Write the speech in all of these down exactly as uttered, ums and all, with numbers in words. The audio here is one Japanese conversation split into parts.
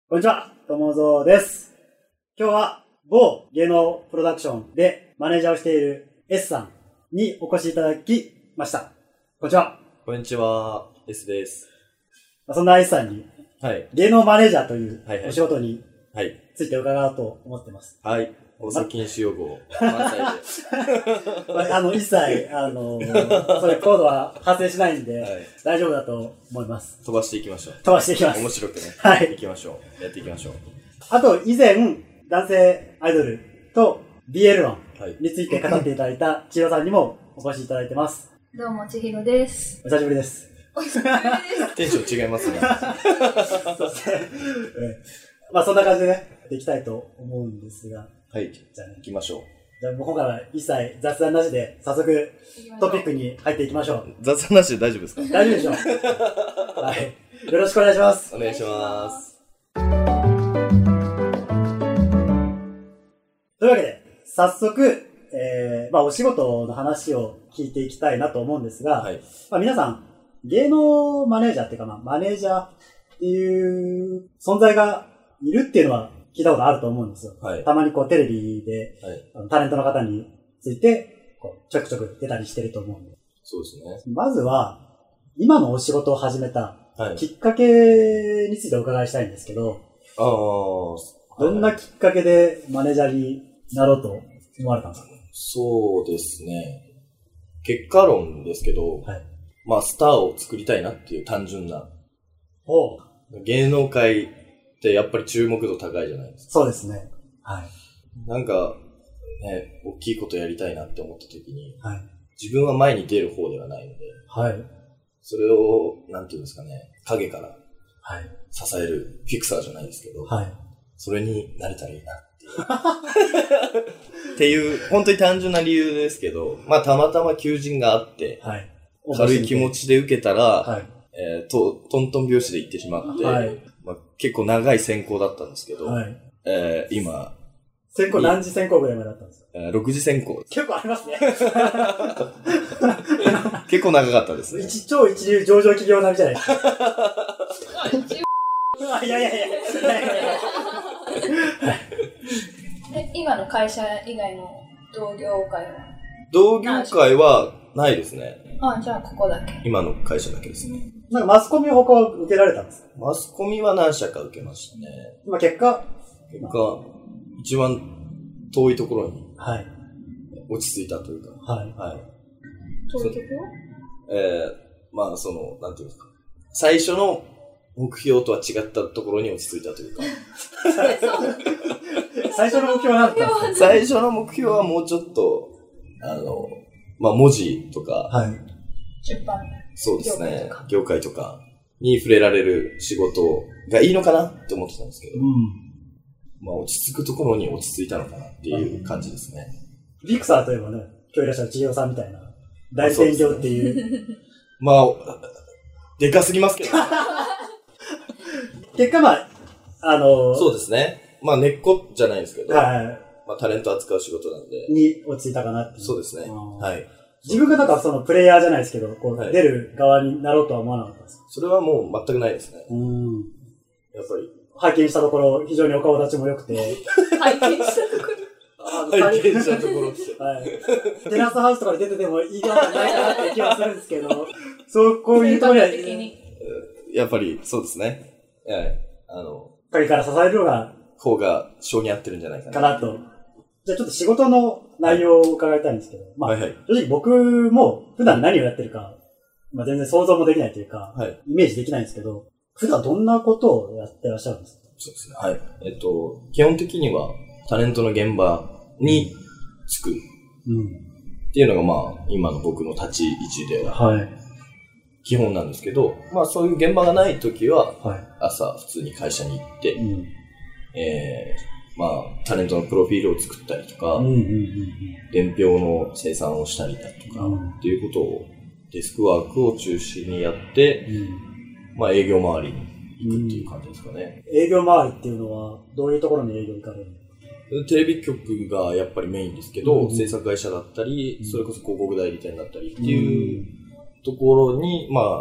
こんにちは、ともぞうです。今日は某芸能プロダクションでマネージャーをしている S さんにお越しいただきました。こんにちは。 こんにちは、S です。 そんな S さんに、はい、芸能マネージャーというお仕事について伺おうと思ってます。 はい。放送禁止用語満載で。あの、一切、あの、そういうコードは発生しないんで、はい、大丈夫だと思います。 飛ばしていきましょう。 飛ばしていきます。 面白くね。 はい。 行きましょう。やっていきましょう。 あと、以前、男性アイドルと ビーエル 論について語っていただいた千尋さんにもお越しいただいてます。 どうも、千尋です。 お久しぶりです。 お久しぶりです。 テンション違いますね。 そうですね。まあ、そんな感じでね、やっていきたいと思うんですが。 はい。じゃあね、行きましょう。 じゃあ、もう今から一切雑談なしで、早速、トピックに入っていきましょう。 雑談なしで大丈夫ですか？ 大丈夫でしょう。はい。よろしくお願いします。 お願いします。 というわけで、早速、えー、まあ、お仕事の話を聞いていきたいなと思うんですが、はい、まあ、皆さん、芸能マネージャーっていうか、まあ、マネージャーっていう存在がいるっていうのは聞いたことあると思うんですよ。はい、たまにこうテレビで、はい、あのタレントの方についてこうちょくちょく出たりしてると思うんで。 そうですね。 まずは、今のお仕事を始めたきっかけについてお伺いしたいんですけど、はい、どんなきっかけでマネージャーになろうと思われたんですか？ そうですね。結果論ですけど、はい、まあスターを作りたいなっていう単純な。 ほう。 芸能界ってやっぱり注目度高いじゃないですか。 そうですね。はい。 なんか、ね、大きいことやりたいなって思った時に、はい、自分は前に出る方ではないので、はい。それを、なんていうんですかね、影から、はい。支えるフィクサーじゃないですけど、はい。それになれたらいいなっていう。っていう、本当に単純な理由ですけど、まあたまたま求人があって、はい。軽い気持ちで受けたら、はい。えー、と、トントン拍子で行ってしまって、はい。まあ、結構長い選考だったんですけど、はい。えー、今、 選考何時選考ぐらいまでだったんですか？ えー、ろくじ選考。 結構ありますね。 結構長かったですね。 一超一流上場企業並みじゃないですか。いやいやいやいや。 え、今の会社以外の同業界は？ 同業界はないですね。 あ、じゃあここだけ。 今の会社だけですね。 なんかマスコミを他は受けられたんですか？ マスコミは何社か受けましたね。 まあ結果結果、一番遠いところに落ち着いたというか。はい。はい。 遠いところ？えー、まあその、なんていうんですか。最初の目標とは違ったところに落ち着いたというか。 最初の目標は何だったんですか？ 最初の目標はもうちょっと、あの、まあ文字とか。はい。 出版。 そうですね。業界とかに触れられる仕事がいいのかなって思ってたんですけど、うん、まあ落ち着くところに落ち着いたのかなっていう感じですね。 ビクサーといえばね、今日いらっしゃる千尋さんみたいな代理店業っていう。 まあ、でかすぎますけど、ね。 結果まあ、あのー、 そうですね。まあ根っこじゃないですけど、はい、まあタレント扱う仕事なんで。 に落ち着いたかなっていう。 そうですね。はい。 自分がなんかそのプレイヤーじゃないですけど、こう出る側になろうとは思わなかったですか？ それはもう全くないですね。うん。やっぱり。 拝見したところ、非常にお顔立ちも良くて。 拝見したところ拝見したところはい。テラスハウスとかで出ててもいい側がないかなって気はするんですけど、そう、こういうところには。 やっぱりそうですね。はい。あの、 影から支えるのが、 方が性に合ってるんじゃないかな。 かなと。じゃあちょっと仕事の内容を伺いたいんですけど、まあ、はいはい、正直僕も普段何をやってるか、まあ全然想像もできないというか、はい、イメージできないんですけど、普段どんなことをやってらっしゃるんですか？ そうですね。はい。えっと、基本的にはタレントの現場につく。うん。っていうのがまあ、今の僕の立ち位置では、基本なんですけど、まあそういう現場がないときは、朝普通に会社に行って、うん、えーまあ、タレントのプロフィールを作ったりとか、うんうんうんうん、伝票の生産をしたりだとか、うん、っていうことを、デスクワークを中心にやって、うん、まあ営業周りに行くっていう感じですかね。 うん、営業周りっていうのは、どういうところに営業行かれるの？ テレビ局がやっぱりメインですけど、うん、制作会社だったり、それこそ広告代理店だったりっていうところに、まあ、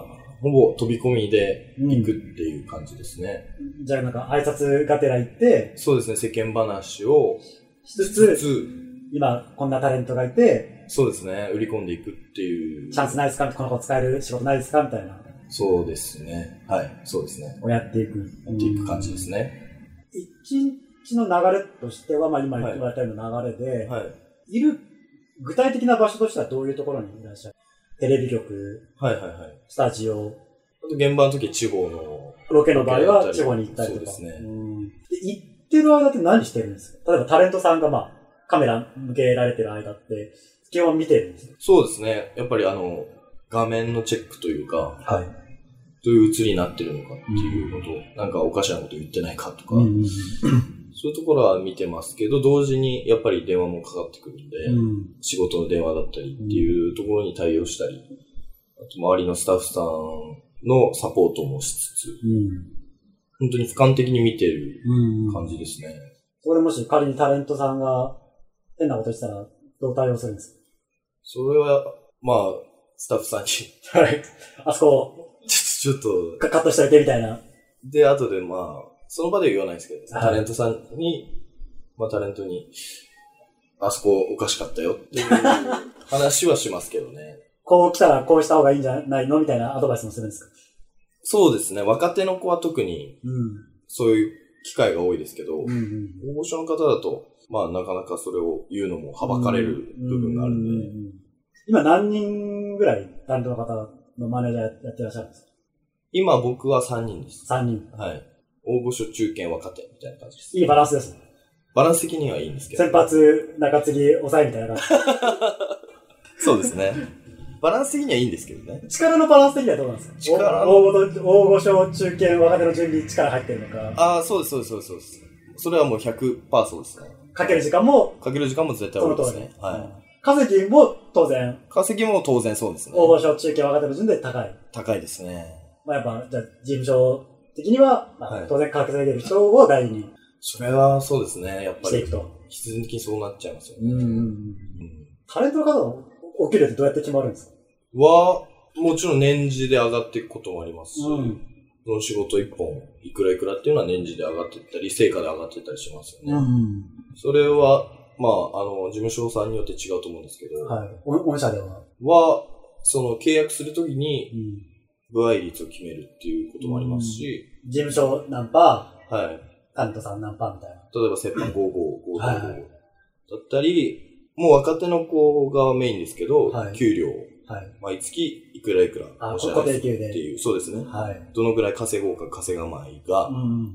ほぼ飛び込みで行くっていう感じですね。 うん、じゃあなんか挨拶がてら行って、 そうですね、世間話をしつつ、今こんなタレントがいて、 そうですね、売り込んでいくっていう。 チャンスないですか、この子使える仕事ないですかみたいな。 そうですね。はい、そうですね。 をやっていく。 やっていく感じですね。 一日の流れとしては、まあ今言われたような流れで、はいはい、いる具体的な場所としてはどういうところにいらっしゃる？テレビ局、 はいはいはい、 スタジオ。 あと現場の時地方の。 ロケの場合は地方に行ったりとか。 そうですね。 うんで行ってる間って何してるんですか？例えばタレントさんがまあカメラ向けられてる間って基本見てるんですか？ そうですね。やっぱりあの、画面のチェックというか、 はい。 どういう映りになってるのかっていうこと、うん、なんかおかしなこと言ってないかとか、うん、そういうところは見てますけど、同時にやっぱり電話もかかってくるんで、うん、仕事の電話だったりっていうところに対応したり、あと周りのスタッフさんのサポートもしつつ、うん、本当に俯瞰的に見てる感じですね。うん、 そこでもし仮にタレントさんが変なことしたらどう対応するんですか？ それは、まあ、スタッフさんに。 はい。あそこ、 ちょっと。 カットしといてみたいな。 で、後でまあ、その場では言わないですけど、はい、タレントさんに、まあタレントに、あそこおかしかったよっていう話はしますけどね。 こう来たらこうした方がいいんじゃないのみたいなアドバイスもするんですか？ そうですね。若手の子は特に、そういう機会が多いですけど、うんうん、大御所の方だと、まあなかなかそれを言うのもはばかれる部分があるんで。うんうんうん、 今何人ぐらいタレントの方のマネージャーやってらっしゃるんですか？ 今僕はさんにんです。 さんにん。 はい。大御所、中堅、若手みたいな感じです。 いいバランスですね。 バランス的にはいいんですけど。 先発、中継ぎ、抑えみたいな感じ。 そうですね。バランス的にはいいんですけどね。 力のバランス的にはどうなんですか？力の大御所、中堅、若手の準備に力入ってるのか。 ああ、そうです、そうです、そうです。それはもう ひゃくパーセント そうですね。 かける時間もかける時間も絶対多いですね。はい。 稼ぎも当然。 稼ぎも当然そうですね。 大御所、中堅、若手の順で高い。 高いですね。 まあやっぱ、じゃあ事務所的には、まあはい、当然稼いでる人を大事に。 それはそうですね。やっぱり。 していくと。 必然的にそうなっちゃいますよね。うんうんうん、 タレントの方のお給料ってどうやって決まるんですか？ は、もちろん年次で上がっていくこともありますし、うん、その仕事一本いくらいくらっていうのは年次で上がっていったり、成果で上がっていったりしますよね。うん、それは、まあ、あの、事務所さんによって違うと思うんですけど、 はい。御社ではは、その契約するときに、部合率を決めるっていうこともありますし、 うん、事務所何パー、 はい。 タレントさん何パーみたいな。 例えば、折半ごじゅうご、ごじゅうごだったり、もう若手の子がメインですけど、はい、給料、はい、毎月いくらいくらお支払いするっていう、そうですね。はい。どのぐらい稼ごうか稼がないが、うん、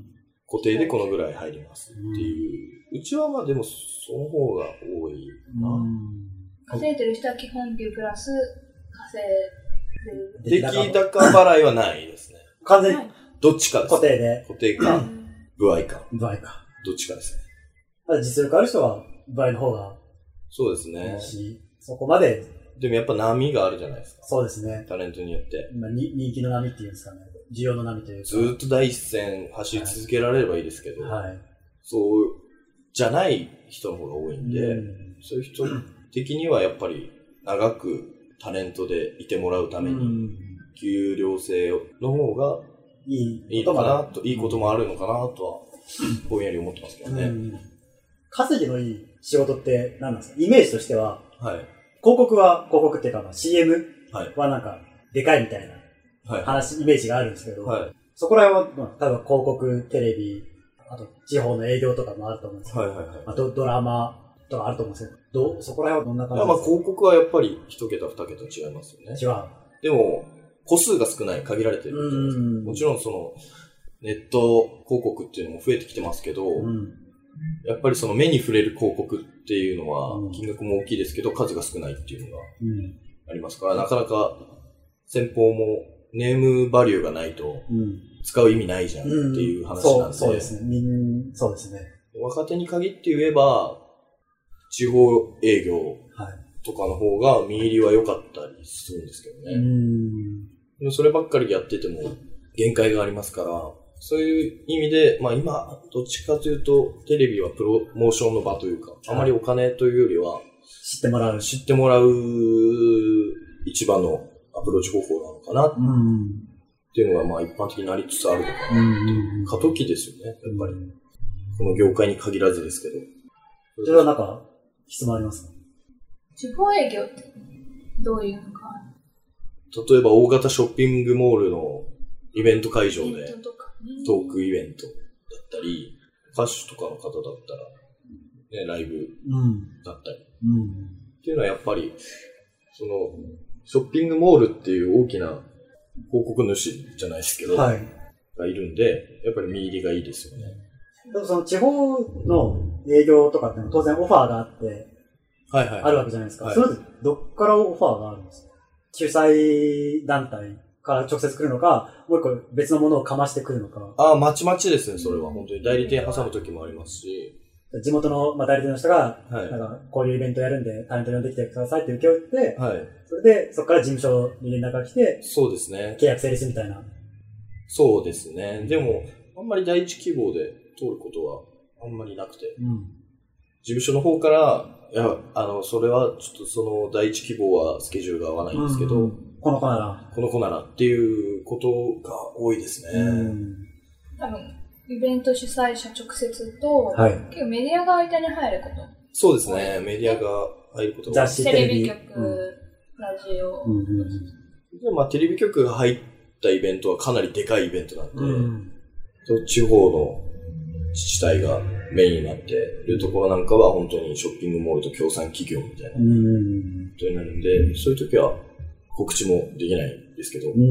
固定でこのぐらい入りますっていう。うん、うちはまあでもその方が多いな。うん、 稼いでる人は基本給プラス稼いでる。出来高払いはないですね。 完全にどっちかです。 固定で。 固定か、部合か。 部合か。 どっちかですね。 実力ある人は部合の方が。 そうですね。 そこまで。 でもやっぱ波があるじゃないですか。 そうですね。 タレントによって。 今に人気の波っていうんですかね。需要の波というか。 ずーっと第一線走り続けられればいいですけど、はい、そうじゃない人の方が多いんで、うん、そういう人的にはやっぱり長くタレントでいてもらうために、給料制の方がいいのかなと、いいこともあるのかなとは、ぼんやり思ってますけどね。うん、 稼ぎのいい仕事って何なんですか？イメージとしては、はい、広告は、広告っていうか、まあ、シーエム はなんか、でかいみたいな話、はい、イメージがあるんですけど、はい、そこら辺は、まあ、多分広告、テレビ、あと地方の営業とかもあると思うんですけど、はいはいはい、あとドラマとかあると思うんですけど、どうそこら辺はどんな感じですか？ まあ広告はやっぱり一桁二桁違いますよね。 違う。 でも、個数が少ない、限られてるじゃないですか。もちろんその、ネット広告っていうのも増えてきてますけど、うん、やっぱりその目に触れる広告っていうのは、金額も大きいですけど、数が少ないっていうのがありますから、うん、なかなか先方もネームバリューがないと、使う意味ないじゃんっていう話なんで、うん、 そう、そうですね。みん、そうですね。 若手に限って言えば、地方営業とかの方が見入りは良かったりするんですけどね。うん、でもそればっかりやってても限界がありますから、そういう意味で、まあ今、どっちかというと、テレビはプロモーションの場というか、あまりお金というよりは、 知ってもらう。 知ってもらう一番のアプローチ方法なのかな、 っていうのがまあ一般的になりつつあるのかな。 うんうん、 過渡期ですよね、やっぱり。この業界に限らずですけど。 それはなんか、質問ありますか？ 地方営業ってどういうのか。 例えば大型ショッピングモールのイベント会場でトークイベントだったり、歌手とかの方だったら、ね、ライブだったり、うんうん、っていうのはやっぱり、その、ショッピングモールっていう大きな広告主じゃないですけど、はい、がいるんで、やっぱり見入りがいいですよね。 でもその地方の営業とかって当然オファーがあって、はいはい、あるわけじゃないですか。はい、それってどっからオファーがあるんですか？主催団体から直接来るのか、もう一個別のものをかましてくるのか。 ああ、まちまちですね、それは。本当に代理店挟む時もありますし。 地元の、まあ、代理店の人が、はい、なんかこういうイベントやるんで、タレント呼んできてくださいって受け負って、はい、それでそこから事務所に連絡が来て、 そうですね。 契約成立みたいな。 そうですね。でも、あんまり第一希望で通ることはあんまりなくて、うん、事務所の方から、いや、あの、それはちょっとその第一希望はスケジュールが合わないんですけど、うんうん、 この子なら。 この子ならっていうことが多いですね。うん、 多分、イベント主催者直接と、はい、結構メディアが間に入ること。 そうですね、メディアが入ることが多い。 テレビ局、うん、ラジオ。うんうんでまあ、テレビ局が入ったイベントはかなりでかいイベントなんで、うん、地方の自治体がメインになっているところなんかは本当にショッピングモールと協賛企業みたいなことになるんで、そういう時は告知もできないんですけど。うん、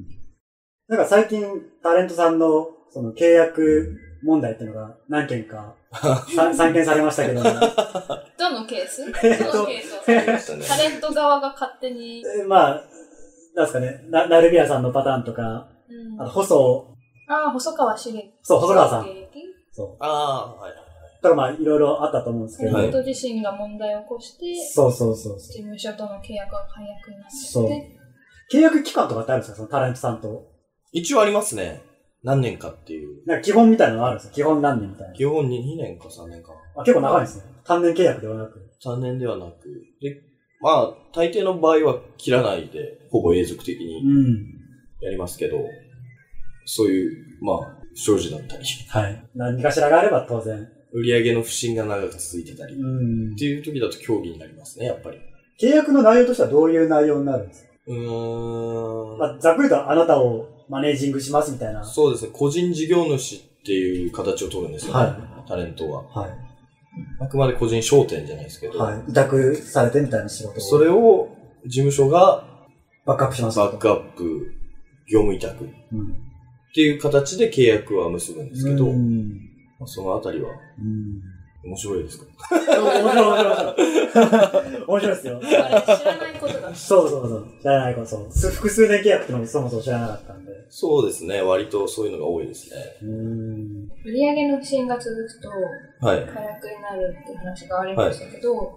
なんか最近タレントさんのその契約問題っていうのが何件か散見されましたけど、ね、 どのケース？どのケースをされましたね。タレント側が勝手に。 えー、まあ、なんですかね、な、なるみやさんのパターンとか、うん、あと細、 ああ、細川茂樹。 そう、細川さん。そう。 ああ、はいはいはい。 だからまあ、いろいろあったと思うんですけど。 タレント自身が問題を起こして、 そうそうそうそう。 事務所との契約が解約になってて。 そう。契約期間とかってあるんですか？そのタレントさんと。 一応ありますね。何年かっていう。 なんか基本みたいなのがあるんですか？基本何年みたいな。 基本ににねんかさんねんか。 あ、結構長いですね。単年契約ではなく。 さんねんではなく。で、まあ、大抵の場合は切らないで、ほぼ永続的にやりますけど、うん、そういう、まあ、不祥事だったり。 はい。何かしらがあれば当然。 売上の不振が長く続いてたり。うん。っていう時だと協議になりますね、やっぱり。 契約の内容としてはどういう内容になるんですか？ うーん。 まあ、ざっくりとあなたをマネージングしますみたいな。 そうですね。個人事業主っていう形を取るんですよね。はい。タレントは。はい。あくまで個人商店じゃないですけど。 はい。委託されてみたいな仕事を。 それを事務所がバックアップします。 バックアップ、業務委託。うん。っていう形で契約は結ぶんですけど、うんまあ、そのあたりは、うん、面白いですか？ 面白い面白い面白い。面白いですよ。 知らないことだ。 そうそうそう。知らないこと、そう。複数年契約ってのもそもそも知らなかったんで。 そうですね。割とそういうのが多いですね。うん売上の不振が続くと、はい。解約になるっていう話がありましたけど、はい、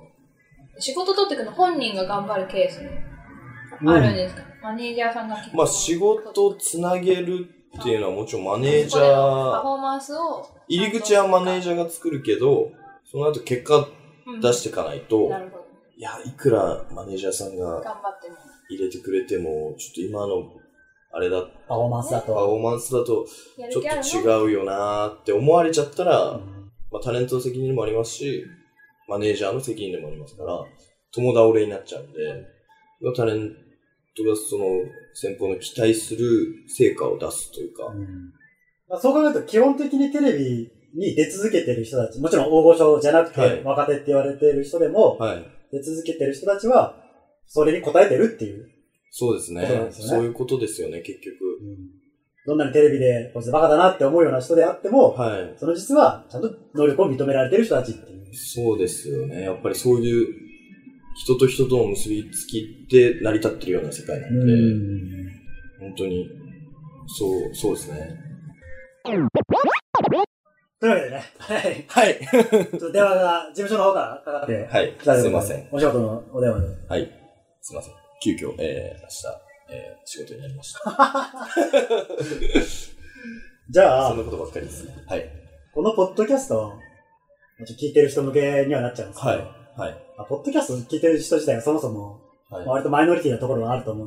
仕事取ってくの本人が頑張るケースもあるんですか？うん、マネージャーさんが結構。 まあ仕事つなげるっていうのはもちろんマネージャー、 パフォーマンスを入り口はマネージャーが作るけど、その後結果出していかないと、うん、なるほど。いや、いくらマネージャーさんが入れてくれても、ちょっと今のあれだ、 パフォーマンスだと、 パフォーマンスだと、ちょっと違うよなーって思われちゃったら、うんまあ、タレントの責任もありますし、マネージャーの責任でもありますから、共倒れになっちゃうんで、タレントがその先方の期待する成果を出すというか。うんまあ、そう考えると基本的にテレビに出続けてる人たち、もちろん大御所じゃなくて、はい、若手って言われている人でも、はい、出続けてる人たちは、それに応えてるっていう、ね。 そうですね。そういうことですよね、結局。うん、 どんなにテレビで、こいつバカだなって思うような人であっても、はい、その実は、ちゃんと能力を認められてる人たちっていう。 そうですよね。やっぱりそういう、人と人との結びつきで成り立ってるような世界なので、うん本当に、そう、そうですね。 というわけでね。はい。 はい。 ちょっと電話が事務所の方からかかって。 はい。すいません。 お仕事のお電話で。 はい。すいません。急遽、えー、明日、えー、仕事になりました。 じゃあ、 そんなことばっかりですね。はい。 このポッドキャスト、聞いてる人向けにはなっちゃうんですけど、はい。はい。ポッドキャスト聞いてる人自体がそもそも、割とマイノリティなところがあると思うんで、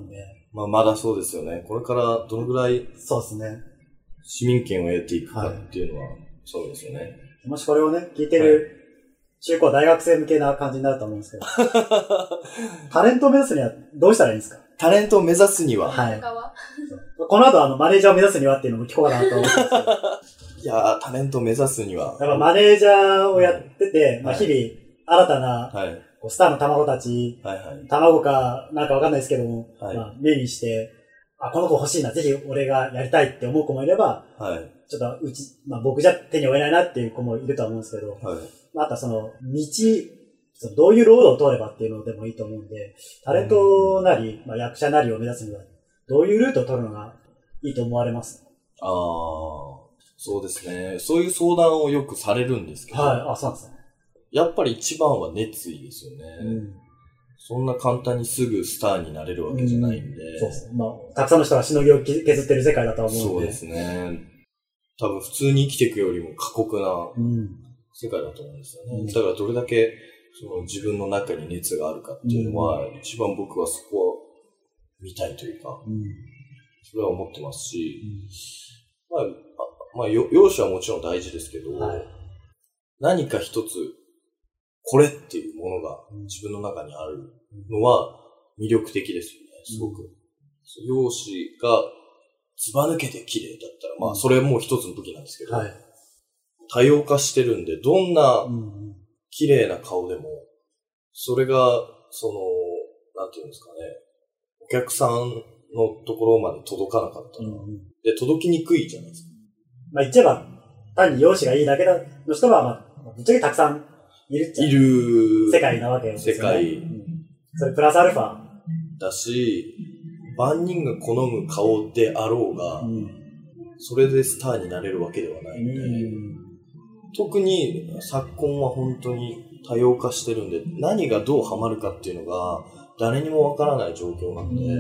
まあ、まだそうですよね。これからどのぐらい、 そうですね。 市民権を得ていくかっていうのは、はい、そうですよね。 もしこれをね、聞いてる中高大学生向けな感じになると思うんですけど、タレントを目指すにはどうしたらいいんですか？ タレントを目指すには。 はい。この後あの、マネージャーを目指すにはっていうのも聞こうかなと思うんですけど。 いやー、タレントを目指すには。 やっぱマネージャーをやってて、はい、まあ日々、新たな、はい、スターの卵たち、はいはい、卵かなんかわかんないですけども、はい、まあ、目にして、あ、この子欲しいな、ぜひ俺がやりたいって思う子もいれば、はい、ちょっとうち、まあ僕じゃ手に負えないなっていう子もいるとは思うんですけど、はい、まあ、あとはその、道、そのどういうロードを通ればっていうのでもいいと思うんで、タレントなり、まあ、役者なりを目指すには、どういうルートを取るのがいいと思われます？ ああ、そうですね。そういう相談をよくされるんですけど。 はい、あ、そうなんですね。 やっぱり一番は熱意ですよね。うん、そんな簡単にすぐスターになれるわけじゃないんで。 うん、そうですね。まあ、たくさんの人がしのぎを削ってる世界だと思うんで。 そうですね。多分普通に生きていくよりも過酷な世界だと思うんですよね。うん、だからどれだけその自分の中に熱があるかっていうのは、うん、一番僕はそこを見たいというか、うん、それは思ってますし、うん、まあ、まあ、容姿はもちろん大事ですけど、はい、何か一つこれっていうものが自分の中にあるのは魅力的ですよね、すごく。うん、容姿がずば抜けて綺麗だったら、まあ、それも一つの武器なんですけど、はい、多様化してるんで、どんな綺麗な顔でも、それが、その、なんていうんですかね、お客さんのところまで届かなかったら、うん、で、届きにくいじゃないですか。 まあ、言っちゃえば、単に容姿がいいだけの人は、まあ、ぶっちゃけたくさんいるっちゃいる世界なわけですよね。 世界。 うん、それプラスアルファ。 だし、万人が好む顔であろうが、うん、それでスターになれるわけではないので、うん、特に昨今は本当に多様化してるんで、何がどうハマるかっていうのが誰にもわからない状況なので、うん、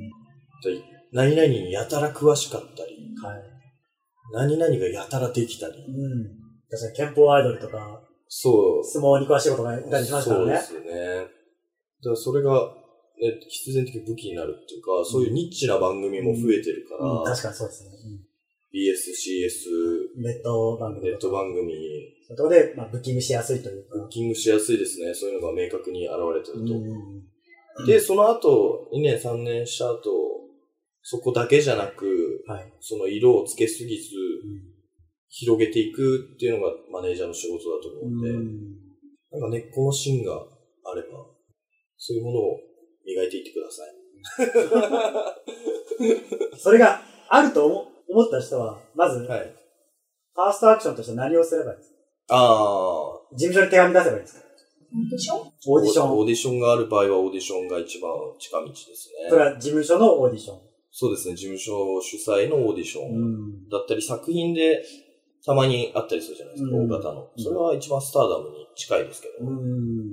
何々にやたら詳しかったり、はい、何々がやたらできたり、うん、 確かに憲法アイドルとか、 そう。 相撲に詳しいことがいたりしますからね。 そうですね。だからそれが、ね、必然的に武器になるっていうか、うん、そういうニッチな番組も増えてるから、 うんうん、確かにそうですね。うん、 ビーエス、シーエス、 ネット番組。 ネット番組。 そこで、まあ、ブッキングしやすいというか。 ブッキングしやすいですね。そういうのが明確に現れてると。うん、で、その後、にねん、さんねんした後、そこだけじゃなく、はい、その色をつけすぎず、うん広げていくっていうのがマネージャーの仕事だと思うんで、うん、なんか根っこの芯があれば、そういうものを磨いていってください。それがあると思った人は、まず、はい、ファーストアクションとして何をすればいいですか？ああ。事務所に手紙出せばいいですか？ オーディション？ オーディション。 オーディションがある場合はオーディションが一番近道ですね。 それは事務所のオーディション？ そうですね、事務所主催のオーディションだったり、作品でたまにあったりするじゃないですか、うん、大型の。それは一番スターダムに近いですけど、うん、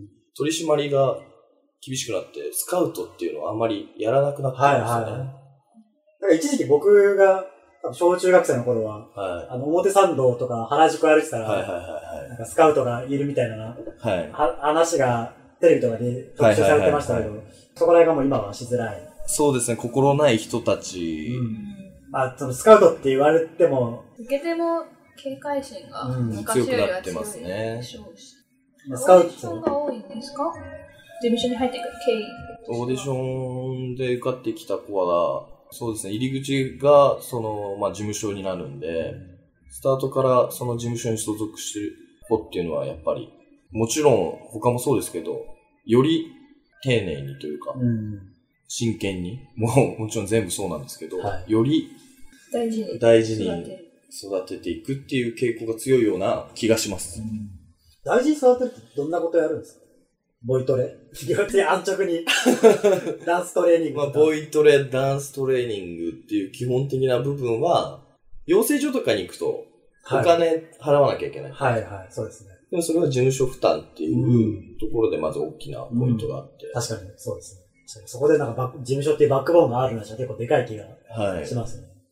取り締まりが厳しくなって、スカウトっていうのはあんまりやらなくなってるんですよね。はいはい、だから一時期僕が、小中学生の頃は、はい、あの、表参道とか原宿歩いてたら、はいはいはいはい、なんかスカウトがいるみたいな、はい、話がテレビとかで特集されてましたけど、はいはいはいはい、そこら辺がもう今はしづらい。 そうですね、心ない人たち。 うん、まあ、そのスカウトって言われても、 受けても、警戒心が昔よりは強いでしょうし、うん、 まあ、スカウトオーディションが多いんですか？事務所に入っていく経緯。 オーディションで受かってきた子は、そうですね、入り口がその、まあ、事務所になるんで、スタートからその事務所に所属してる子っていうのはやっぱり、もちろん他もそうですけど、より丁寧にというか、うん、真剣に、もうもちろん全部そうなんですけど、はい、より大事に大事に育てていくっていう傾向が強いような気がします。うん、 大事に育てるってどんなことやるんですか？ボイトレ安直にダンストレーニング、 まあ、ボイトレ、ダンストレーニングっていう基本的な部分は、養成所とかに行くとお金払わなきゃいけない。 はい、はい、はい、そうですね。 でもそれは事務所負担っていうところでまず大きなポイントがあって。 うん、確かにそうですね。そこでなんか事務所っていうバックボーンがあるのは結構でかい気がしますね。 はい。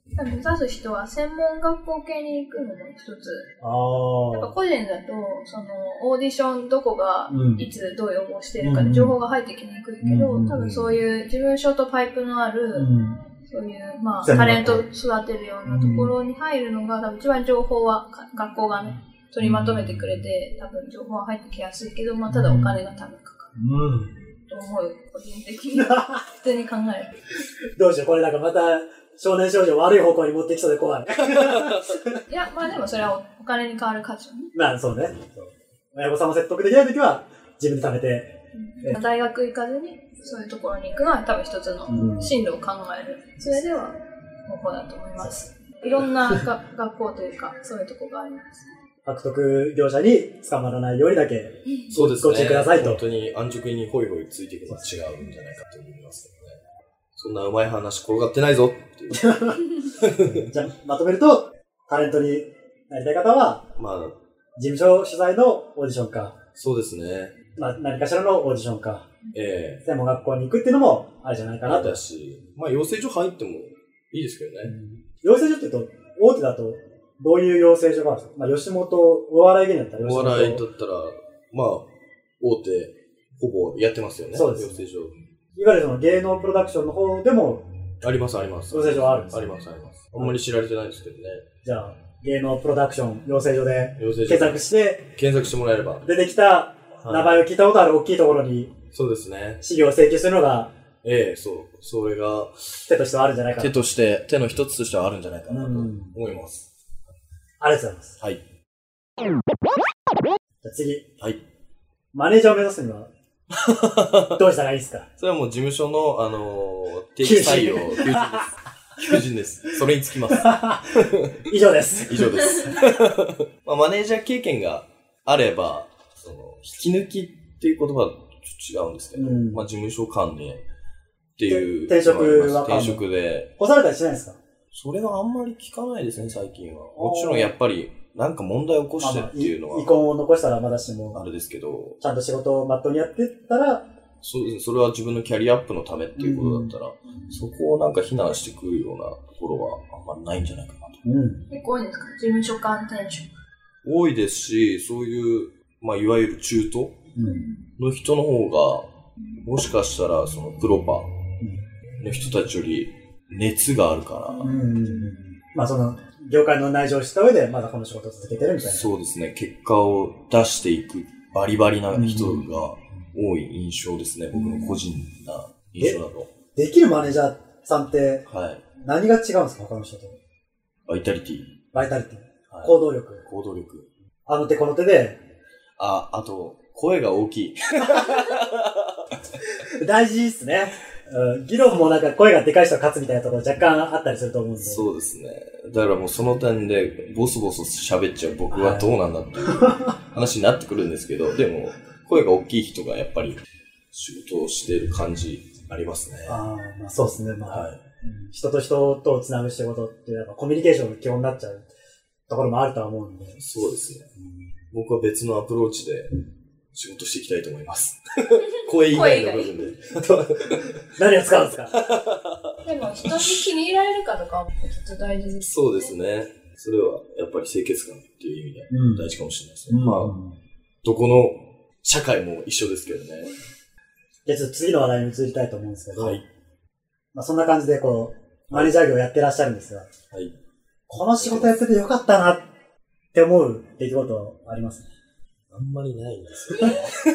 目指す人は専門学校系に行くのも一つ。 あやっぱ個人だと、その、オーディションどこが、いつどういう応募してるかで情報が入ってきにくいけど、うん、多分そういう事務所とパイプのある、うん、そういう、まあ、タレント育てるようなところに入るのが、多分一番情報は、学校がね、取りまとめてくれて、多分情報は入ってきやすいけど、まあ、ただお金が多分かかる。うん。と思う、個人的に。普通に考える。 どうしよう、これなんかまた、少年少女悪い方向に持ってきそうで怖い。 いや、まあでもそれはお金に変わる価値よね。 まあそうね。親御さんも説得できないときは自分で貯めて、 うん。大学行かずにそういうところに行くのは多分一つの進路を考える。うん、それでは方法だと思います。いろんなが学校というかそういうところがあります。 獲得業者に捕まらないようにだけそうですね。 ご注意くださいと。 本当に安直にホイホイついていくのは違うんじゃないかと思いますけどね。そんなうまい話転がってないぞっていう。 じゃあ、まとめると、タレントになりたい方は、まあ、事務所取材のオーディションか。 そうですね。 まあ、何かしらのオーディションか。 ええー。 専門学校に行くっていうのもあれじゃないかなと。 だし、まあ、養成所入ってもいいですけどね。うん、 養成所って言うと、大手だと、どういう養成所があるんですか？まあ、吉本、お笑い芸人だったら吉本。お笑いだったら、まあ、大手、ほぼやってますよね。 そうです。 養成所。 いわゆるその芸能プロダクションの方でも、 あります、あります。 養成所はあるんですか？ あります、あります。あんまり知られてないですけどね。 じゃあ、芸能プロダクション養成所で検索して、 検索してもらえれば。 出てきた名前を聞いたことある大きいところに、 そうですね。 資料を請求するのが、 ええ、そう。それが、 手としてはあるんじゃないかな。 手として、手の一つとしてはあるんじゃないかなと思います。 ありがとうございます。 はい。 じゃあ次。 はい。 マネージャーを目指すには、どうしたらいいですか？ それはもう事務所の、あのー、定期採用、求人です。求人です。それにつきます。 以上です。 以上です。まあ、マネージャー経験があれば、その、引き抜きっていう言葉はちょっと違うんですけど、うん、まあ、事務所間でっていう。 転職は転職で。 干されたりしないですか？ それはあんまり聞かないですね、最近は。もちろんやっぱり、なんか問題を起こしてっていうのは。まあまあ、 遺恨を残したらまだしも。 あれですけど。 ちゃんと仕事をまっとうにやってったら。 そうですね。それは自分のキャリアアップのためっていうことだったら、うん、そこをなんか非難してくるようなところはあんまないんじゃないかなと。 うん、 結構多いんですか？事務所間転職。 多いですし、そういう、まあ、いわゆる中途の人の方が、もしかしたら、そのプロパの人たちより熱があるから。 うんうんうん、まあその、業界の内情を知った上で、まだこの仕事を続けてるみたいな。 そうですね。結果を出していく、バリバリな人が多い印象ですね。うん、僕の個人な印象だと。 できるマネージャーさんって、 はい、 何が違うんですか、他の人と。 バイタリティ。 バイタリティ。はい、行動力。 行動力。 あの手この手で。 あ、あと、声が大きい。 大事っすね。うん、議論もなんか声がでかい人が勝つみたいなところ若干あったりすると思うんで。 そうですね。だからもうその点でボソボソ喋っちゃう僕はどうなんだっていう話になってくるんですけど、はい、でも声が大きい人がやっぱり仕事をしている感じありますね。 ああ、まあそうですね。まあ、 はい、 人と人とつなぐ仕事ってやっぱコミュニケーションの基本になっちゃうところもあるとは思うんで。 そうですね。うん、僕は別のアプローチで仕事していきたいと思います。声以外の部分で。 何を使うんですか？ でも人に気に入られるかとかもきっと大事です、ね。 そうですね。それはやっぱり清潔感っていう意味で大事かもしれないですね。うん、まあ、どこの社会も一緒ですけどね。 じゃあちょっと次の話題に移りたいと思うんですけど、 はい、 まあ、そんな感じでこう、マネージャー業をやってらっしゃるんですが、 はい、 この仕事やっててよかったなって思う出来事ありますね。 あんまりないんですよね。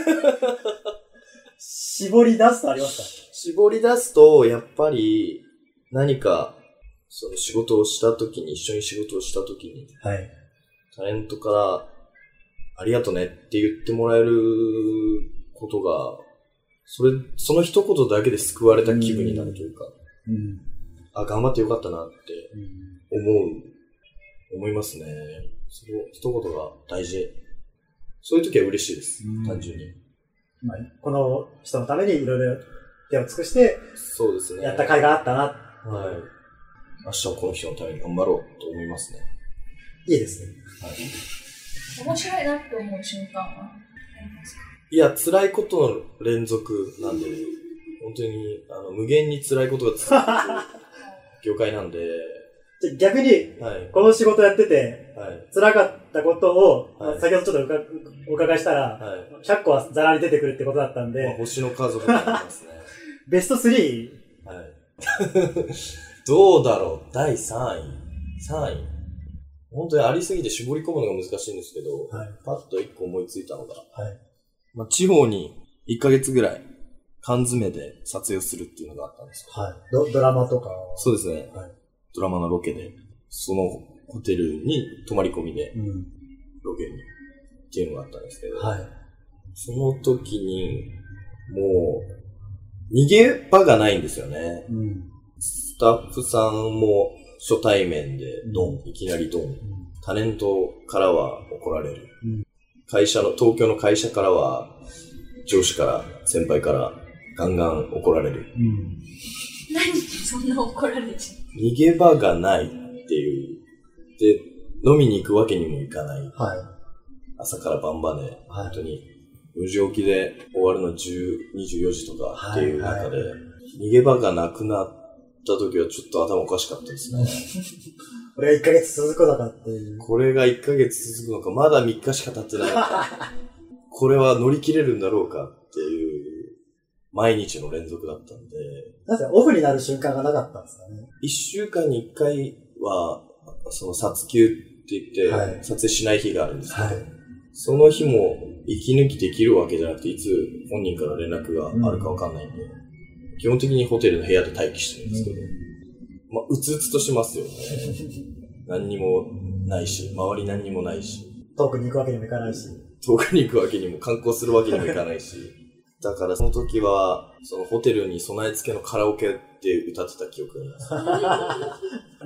絞り出すとありますか？ 絞り出すと、やっぱり何か、その仕事をしたときに、一緒に仕事をしたときに、 はい、 タレントからありがとねって言ってもらえることが、それ、その一言だけで救われた気分になるというか、 うんうん、 あ、頑張ってよかったなって思う、うん、思いますね。その一言が大事。そういう時は嬉しいです、うん、単純に。 まあ、この人のためにいろいろ手を尽くして、 そうですね。 やった甲斐があったな。 はい。明日はこの人のために頑張ろうと思いますね。 いいですね。 はい。面白いなって思う瞬間はありますか？ いや、辛いことの連続なんで、本当にあの無限に辛いことが続く業界なんで。 逆に、この仕事やってて、はい、辛かったことを、はい、先ほどちょっとお伺いしたら、はい、ひゃっこはザラに出てくるってことだったんで。 まあ、星の数がありますね。 ベストスリー。 はい。どうだろうだいさんい。さんい。本当にありすぎて絞り込むのが難しいんですけど、はい、パッといっこ思いついたのが、はい、まあ、地方にいっかげつぐらい缶詰で撮影をするっていうのがあったんですよ。 はい。ド, ドラマとかそうですね。はい。ドラマのロケで、そのホテルに泊まり込みで、ロケにっていうのがあったんですけど、はい、その時に、もう、逃げ場がないんですよね。うん、スタッフさんも初対面でドン、うん、いきなりドン、うん、タレントからは怒られる、うん。会社の、東京の会社からは、上司から、先輩からガンガン怒られる。うん、 何そんな怒られちゃう。 逃げ場がないっていう。で、飲みに行くわけにもいかない。はい、朝から晩まで、本当に、よじ起きで終わるのじゅう、にじゅうよじとかっていう中で、はいはい、逃げ場がなくなった時はちょっと頭おかしかったですね。 これがいっかげつ続くのかっていう。 これがいっかげつ続くのか、まだみっかしか経ってなかった。これは乗り切れるんだろうかっていう毎日の連続だったんで。 なぜオフになる瞬間がなかったんですかね。 いっしゅうかんにいっかいは、その撮休って言って、はい、撮影しない日があるんですけど、はい、その日も息抜きできるわけじゃなくて、いつ本人から連絡があるかわかんないんで、うん、基本的にホテルの部屋で待機してるんですけど、うん、まあ、うつうつとしますよね。何にもないし、周り何にもないし。 遠くに行くわけにもいかないし。 遠くに行くわけにも、観光するわけにもいかないし。だからその時は、そのホテルに備え付けのカラオケで歌ってた記憶があります。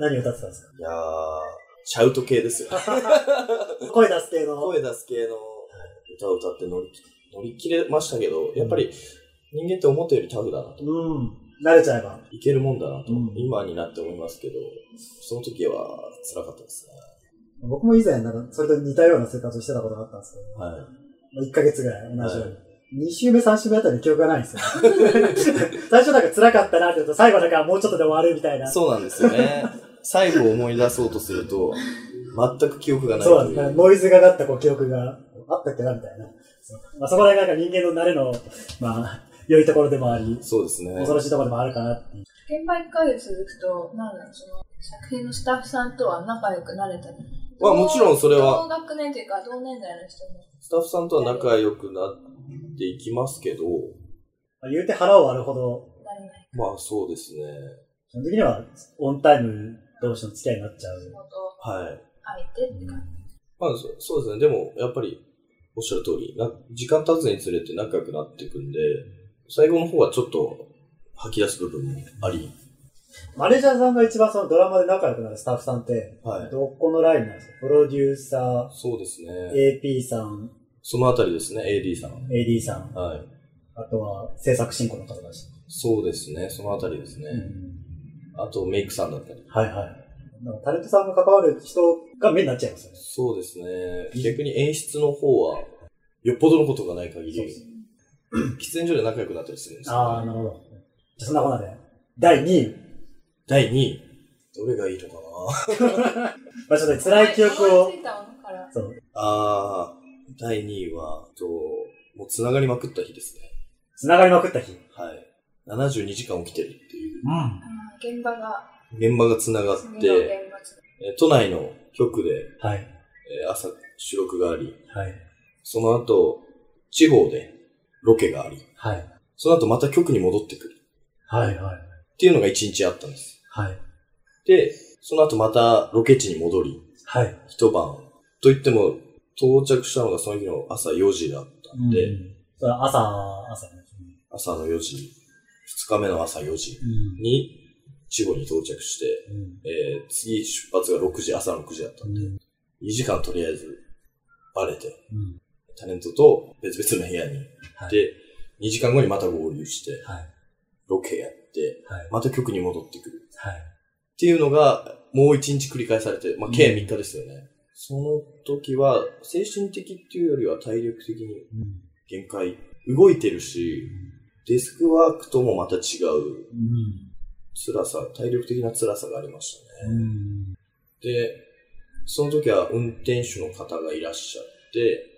何歌ってたんですか？ いやー、シャウト系ですよ。 声出す系の。 声出す系の歌を歌って乗り、乗り切れましたけど、やっぱり人間って思ったよりタフだなと。 うん。慣れちゃえば。 いけるもんだなと、うん、今になって思いますけど、その時は辛かったですね。 僕も以前、なんか、それと似たような生活をしてたことがあったんですけど、はい、いっかげつぐらい同じように。はい、に週目、さん週目あたりに記憶がないんですよ。最初なんか辛かったなって言うと、最後なんかもうちょっとで終わるみたいな。 そうなんですよね。最後を思い出そうとすると、全く記憶がない。 そうなんです。ノイズがかったこう記憶があったっけなみたいな。まあ、そこら辺がなんか人間の慣れの、まあ、良いところでもあり、 そうですね。 恐ろしいところでもあるかなっていう。 現場いっかげつ続くと、なんだろう、その、作品のスタッフさんとは仲良くなれたり。 まあもちろんそれは。 同学年というか、同年代の人も。 スタッフさんとは仲良くなっていきますけど。 まあ、言うて腹を割るほど。 まあそうですね。 基本的にはオンタイム同士の付き合いになっちゃう。 はい。 相手って感じ。 まあそ、そうですね。でも、やっぱり、おっしゃる通り、な時間経つにつれて仲良くなっていくんで、最後の方はちょっと吐き出す部分もあり。 マネージャーさんが一番そのドラマで仲良くなるスタッフさんって、はい、どこのラインなんですか？プロデューサー、 そうですね。 エーピー さん。 そのあたりですね、エーディー さん。 エーディー さん。 はい。 あとは制作進行の方だし。 そうですね、そのあたりですね。うん、あとメイクさんだったり。 はいはい。タレントさんが関わる人が目になっちゃいますよね。 そうですね。逆に演出の方は、よっぽどのことがない限り、喫煙所で仲良くなったりするんですよ、ね。 ああ、なるほど。じゃそんなことで、だいにい。 だいにい。どれがいいのかなまあちょっと辛い記憶を。 そう。ああ、だいにいは、と、もう繋がりまくった日ですね。 繋がりまくった日？ はい。ななじゅうにじかん起きてるっていう。 うん。現場が。 現場が繋がって、都内の局で、はい、朝収録があり、はい、その後、地方でロケがあり、はい、その後また局に戻ってくる。はいはい。っていうのが一日あったんです。はい。で、その後またロケ地に戻り、はい。一晩。と言っても、到着したのがその日の朝よじだったんで、うん、 それは朝、朝ね。 朝のよじ、二日目の朝よじに、地方に到着して、うん、えー、次出発がろくじ、朝のくじだったんで、うん、にじかんとりあえずバレて、うん、タレントと別々の部屋に、はい、で、にじかんごにまた合流して、はい、ロケやって、はい、また局に戻ってくる、はい。っていうのがもういちにち繰り返されて、まあ、計みっかですよね。うん、その時は精神的っていうよりは体力的に限界、動いてるし、デスクワークともまた違う。うん、 辛さ、体力的な辛さがありましたね。うん、で、その時は運転手の方がいらっしゃって、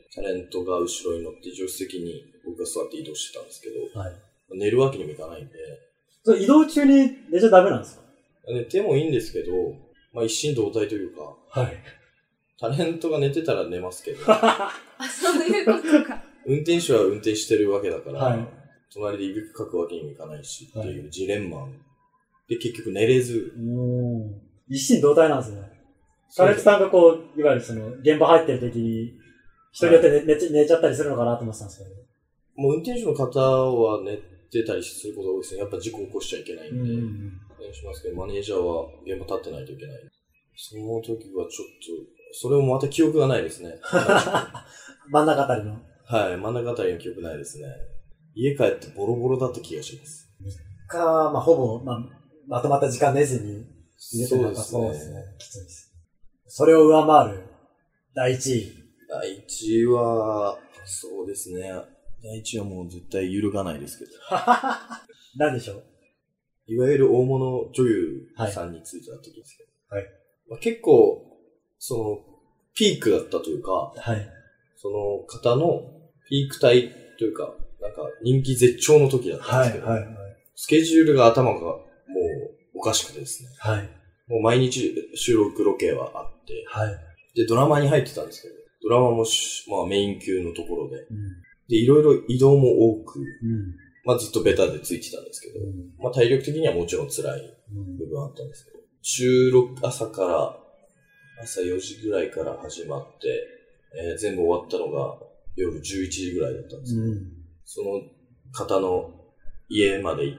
タレントが後ろに乗って助手席に僕が座って移動してたんですけど、はい、寝るわけにもいかないんで。 それ移動中に寝ちゃダメなんですか？ 寝てもいいんですけど、まあ一心同体というか、はい、タレントが寝てたら寝ますけど。 あ、そういうことか。 運転手は運転してるわけだから、はい、隣でいびきかくわけにもいかないしっていうジレンマで結局寝れず。 お一心同体なんですね。タレントさんがこう、いわゆるその現場入ってる時に人によって 寝,、はい、寝ちゃったりするのかなと思ってたんですけど。 もう運転手の方は寝てたりすることが多いですね。やっぱ事故起こしちゃいけないんで、お願いしますけど、マネージャーは現場立ってないといけない。その時はちょっと、それもまた記憶がないですね。 真ん中あたりの。 はい、真ん中あたりの記憶ないですね。家帰ってボロボロだった気がします。 みっか、まあ、ほぼ、まあ、まとまった時間寝ずに寝てなかった。 そうですね。きついです。それを上回る第一位。 第一位は、そうですね。第一位はもう絶対揺るがないですけど。 何でしょう？ いわゆる大物女優さんについてだった時ですけど。はい。まあ、結構、その、ピークだったというか、はい。その方のピーク帯というか、なんか人気絶頂の時だったんですけど、はいはいはい、スケジュールが頭がもうおかしくてですね、はい、もう毎日収録ロケはあって、はい、でドラマに入ってたんですけど、ドラマも、まあ、メイン級のところで、うん、でいろいろ移動も多く、うん、まあ、ずっとベタでついてたんですけど、うん、まあ、体力的にはもちろん辛い部分あったんですけど、収録朝から朝よじぐらいから始まって、えー、全部終わったのが夜じゅういちじぐらいだったんですけど、うん、その方の家まで行って、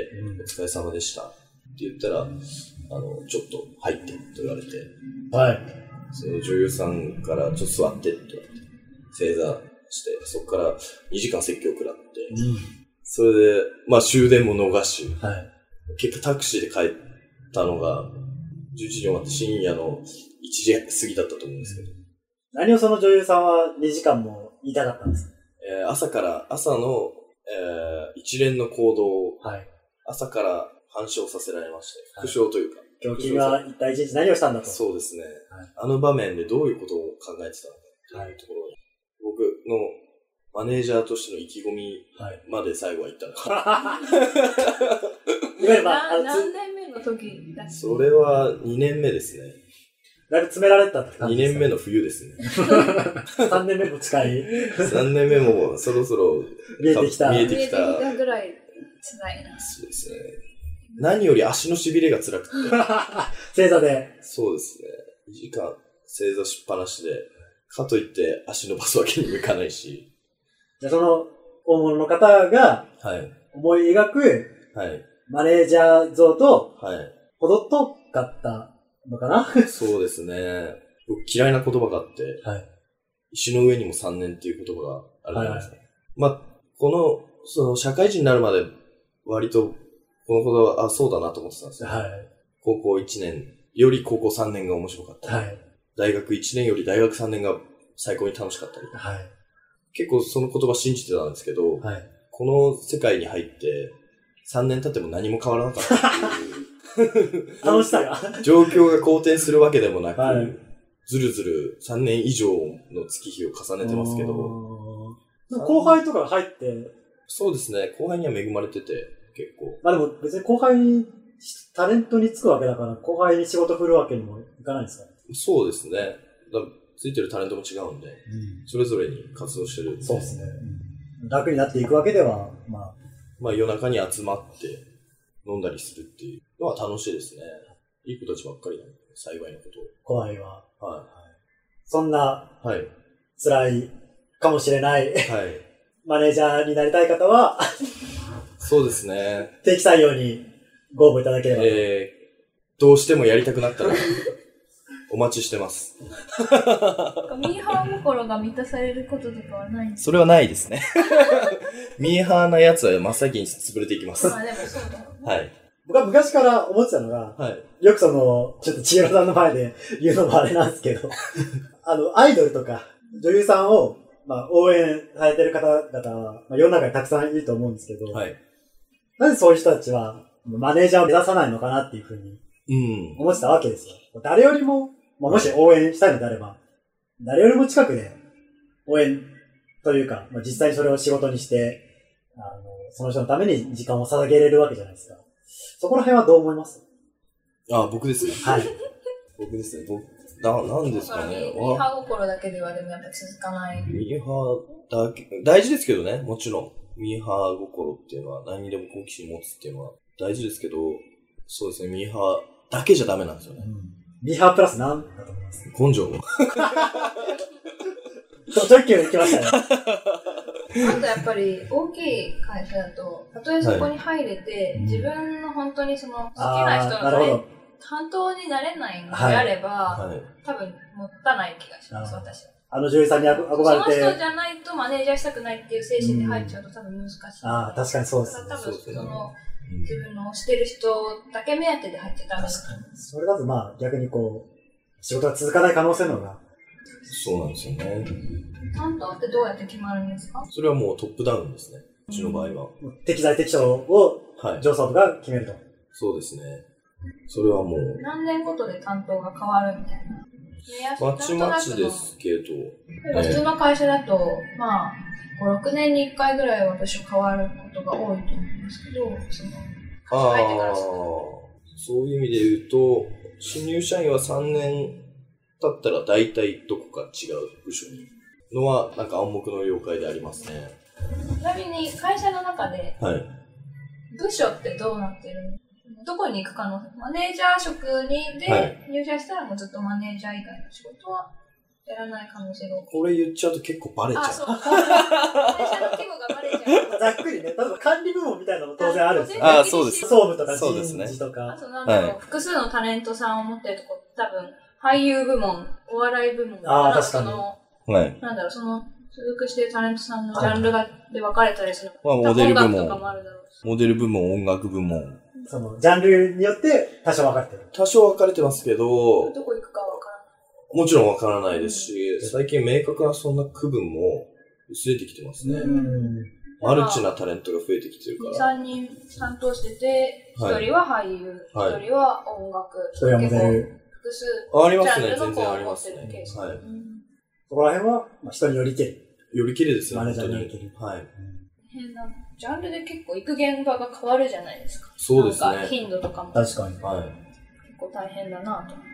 うん、お疲れ様でしたって言ったら、うん、あの、ちょっと入ってと言われて、はい。その女優さんからちょっと座ってって言われて、正座して、そこからにじかん説教食らって、うん、それで、まあ終電も逃し、はい、結果タクシーで帰ったのが、じゅういちじ終わって深夜のいちじ過ぎだったと思うんですけど、 何をその女優さんはにじかんも言いたかったんですか？ えー、朝から、朝の、えー、一連の行動を、はい、朝から反証させられまして、復唱というか。 今日君は一体一日何をしたんだと。 そうですね、はい。あの場面でどういうことを考えてたのかというところに、はい、僕のマネージャーとしての意気込みまで最後は言ったのか。はい、 いわゆるまあ、何年目の時だっけ？ それはにねんめですね。 だいぶ詰められたって感じですか？にねんめの冬ですね。 さんねんめも近い。 さんねんめもそろそろ見えてきた。 見えてきたぐらい辛いな。 そうですね。何より足の痺れが辛くて。 正座で。 そうですね。にじかん正座しっぱなしで、かといって足伸ばすわけにもいかないし。 じゃあその大物の方が思い描くマネージャー像と程遠かったのかな？ そうですね。僕嫌いな言葉があって、はい、石の上にもさんねんっていう言葉があるじゃないですか。はい、まあ、この、その社会人になるまで割とこの言葉、あ、そうだなと思ってたんですよ。はい、高校いちねんより高校さんねんが面白かったり、はい、大学いちねんより大学さんねんが最高に楽しかったり、はい、結構その言葉信じてたんですけど、はい、この世界に入ってさんねん経っても何も変わらなかったっていう楽しさが状況が好転するわけでもなく、はい、ずるずるさんねん以上の月日を重ねてますけど。 後輩とか入って。 そうですね。後輩には恵まれてて、結構。 まあでも別に後輩に、タレントにつくわけだから、後輩に仕事振るわけにもいかないですか？ そうですね。だついてるタレントも違うんで、うん、それぞれに活動してるんで。 そうですね。うん、楽になっていくわけでは、まあ。 まあ夜中に集まって飲んだりするっていうのは楽しいですね。いい子たちばっかりなので、幸いなことを。 後輩は。 はい。 そんな、はい。辛いかもしれない。はい。マネージャーになりたい方は、 そうですね。 定期採用にご応募いただければ。 えー、どうしてもやりたくなったら、お待ちしてます。 ミーハー心が満たされることとかはないんですか？ それはないですね。ミーハーなやつは真っ先に潰れていきます。 まあでもそうだろう。 はい。 僕は昔から思ってたのが、はい、よくその、ちょっと千尋さんの前で言うのもあれなんですけど、あの、アイドルとか女優さんを、まあ、応援されてる方々は、まあ、世の中にたくさんいると思うんですけど、はい、なぜそういう人たちはマネージャーを目指さないのかなっていうふうに思ってたわけですよ。うん、誰よりも、まあ、もし応援したいのであれば、誰よりも近くで応援というか、まあ、実際にそれを仕事にして、あの、その人のために時間を捧げれるわけじゃないですか。そこら辺はどう思います？ あ、僕ですね。 はい。 僕ですね。僕、な、なんですかね。 ミーハー心だけではでもやっぱ続かない。 ミーハーだけ、大事ですけどね、もちろん。ミーハー心っていうのは何にでも好奇心持つっていうのは大事ですけど、そうですね、ミーハーだけじゃダメなんですよね。うん、 ミーハープラス何だと思います？ 根性も。 直球で来ましたね。 あとやっぱり大きい会社だと、たとえそこに入れて、はい、自分の本当にその好きな人の担当になれないのであれば、はいはい、多分持たない気がします、私は。 あの女優さんに憧れて。その人じゃないとマネージャーしたくないっていう精神で入っちゃうと多分難しい。 ああ、確かにそうですね。 多分その、自分の推してる人だけ目当てで入っちゃダメだと思う。 それだとまあ逆にこう、仕事が続かない可能性の方が。 そうなんですよね。 担当ってどうやって決まるんですか？ それはもうトップダウンですね。うちの場合は。 適材適所を上層部が決めると、はい。 そうですね。それはもう。 何年ごとで担当が変わるみたいな。 まちまちですけど。 普通の会社だと、まあ、ご、ろくねんにいっかいぐらい私は変わることが多いと思うんですけど、その、会社入ってからすると。 そういう意味で言うと、新入社員はさんねん経ったら大体どこか違う部署にのは、なんか暗黙の了解でありますね。 ちなみに会社の中で、部署ってどうなってるの？どこに行くかのマネージャー職にで入社したらもうずっとマネージャー以外の仕事はやらない可能性が多い。 これ言っちゃうと結構バレちゃう。 あ、そう。会社の規模がバレちゃう。 ざっくりね、多分管理部門みたいなのも当然あるんですよ。 あ、そうです。 総務とか人事とか。 あとなんだろう、はい、複数のタレントさんを持ってるとこ、多分俳優部門、お笑い部門あ、確かに。 その、はい、なんだろう、その所属しているタレントさんのジャンルがで分かれたりする。 まあ、モデル部門。 音楽とかもあるだろうし。 モデル部門、音楽部門。 その、ジャンルによって多少分かれてる。 多少分かれてますけど、 どこ行くか分からない。 もちろん分からないですし、うん、最近明確なそんな区分も薄れてきてますね。うん、マルチなタレントが増えてきてるから。 さんにん担当してて、ひとりは俳優、ひと、はい、りは音楽、 ひとりはモデル。 複数。 ありますね、全然ありますね。はい。 そこら辺は、まあ、人によりける。 よりけるですよ、 マネージャーによりける。 はい。 変なジャンルで結構行く現場が変わるじゃないですか。 そうですね。 頻度とかも。 確かに。 はい。 結構大変だなと。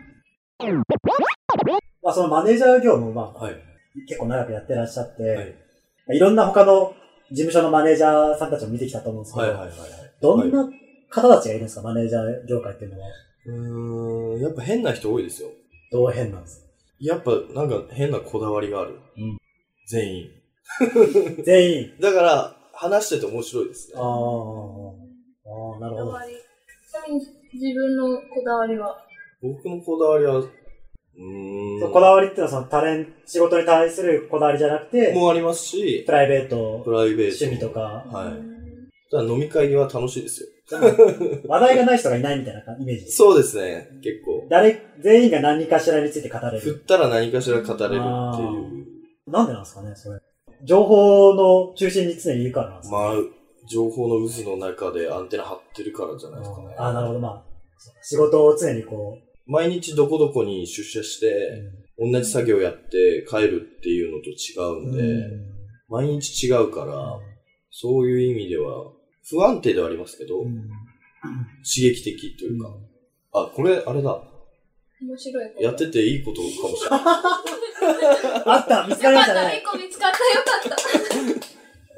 まあそのマネージャー業務まあ、はい、結構長くやってらっしゃって、はい、いろんな他の事務所のマネージャーさんたちを見てきたと思うんですけど、はいはいはいはい、どんな方たちがいるんですか、マネージャー業界っていうのは。 うーん、やっぱ変な人多いですよ。 どう変なんですか？ やっぱなんか変なこだわりがある。うん、全員。 全員。 だから、話してて面白いですね。 ああ、ああ、なるほど。 ちなみに自分のこだわりは？ 僕のこだわりは、うーん。 そう、こだわりっていうのはそのタレント、仕事に対するこだわりじゃなくて、 もうありますし、 プライベート、 プライベート、 趣味とか。 はい。ただ飲み会は楽しいですよ。 話題がない人がいないみたいなイメージです。 そうですね、結構。 誰、全員が何かしらについて語れる。 振ったら何かしら語れるっていう。 なんでなんですかね、それ。情報の中心に常にいるからなんですか？ まあ、情報の渦の中でアンテナ張ってるからじゃないですかね。 ああ、なるほど。まあ、仕事を常にこう。 毎日どこどこに出社して、うん、同じ作業やって帰るっていうのと違うんで、うん、毎日違うから、うん、そういう意味では、不安定ではありますけど、うん、刺激的というか、うん、あ、これ、あれだ。 面白いこと。 やってていいことかもしれない。 あった、見つかりましたね。 よかった、いっこ見つかったよかった。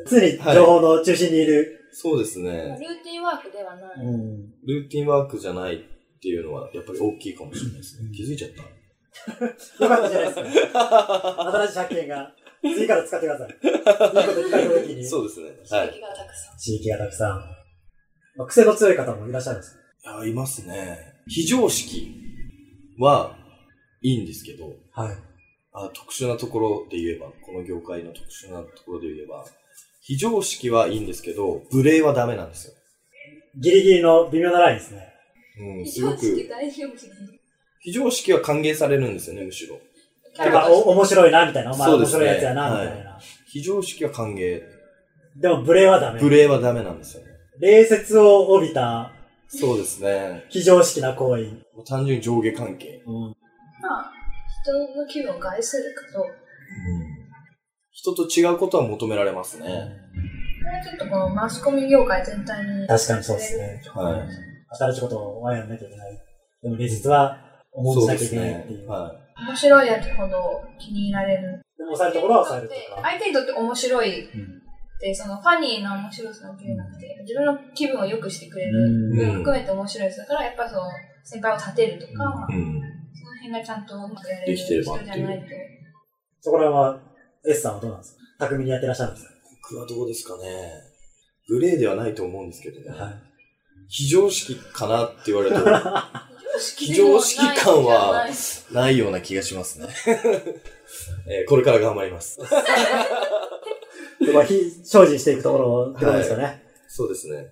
常に情報の中心にいる。はい、 そうですね。 ルーティンワークではない。 うん、ルーティンワークじゃないっていうのはやっぱり大きいかもしれないですね。うん、気づいちゃった。 よかったじゃないですか。新しい発見が。次から使ってください。いいこと聞かれたときに。 そうですね。 はい。刺激がたくさん。 刺激がたくさん。まあ、癖の強い方もいらっしゃるんですか？いや、いますね。非常識はいいんですけど、 はい。 あ、特殊なところで言えば、この業界の特殊なところで言えば、非常識はいいんですけど、無礼はダメなんですよ。 ギリギリの微妙なラインですね。 うん、すごく。 非常識大丈夫ですね。 非常識は歓迎されるんですよね、むしろ。 なんか、お、面白いな、みたいな。お前面白いやつやな、みたいな、はい。 非常識は歓迎。 でも、無礼はダメ。 無礼はダメなんですよね。 礼節を帯びたそうですね。 非常識な行為。 単純に上下関係。うん、 まあ、人の気分を害すること。うん、 人と違うことは求められますね。これはちょっとこのマスコミ業界全体に。 確かにそうですね。はい。新しいことをやらなきゃいけない。でも、実は思いしなきゃいけないっていう。 そうですね。はい。 面白いやつほど気に入られる。 でも、抑えるところは抑えるとか。 相手にとって面白い。うんで、そのファニーな面白さだけじゃなくて、自分の気分を良くしてくれる部分を含めて面白いです。だから、やっぱその、先輩を立てるとか、うん、その辺がちゃんとうまくやれる人じゃないと。 そこら辺は、S さんはどうなんですか？巧みにやってらっしゃるんですか？ 僕はどうですかね。グレーではないと思うんですけどね。はい、非常識かなって言われると、非常識感はないような気がしますね。えー、これから頑張ります。 そこは精進していくところってことですよね。はい、 そうですね。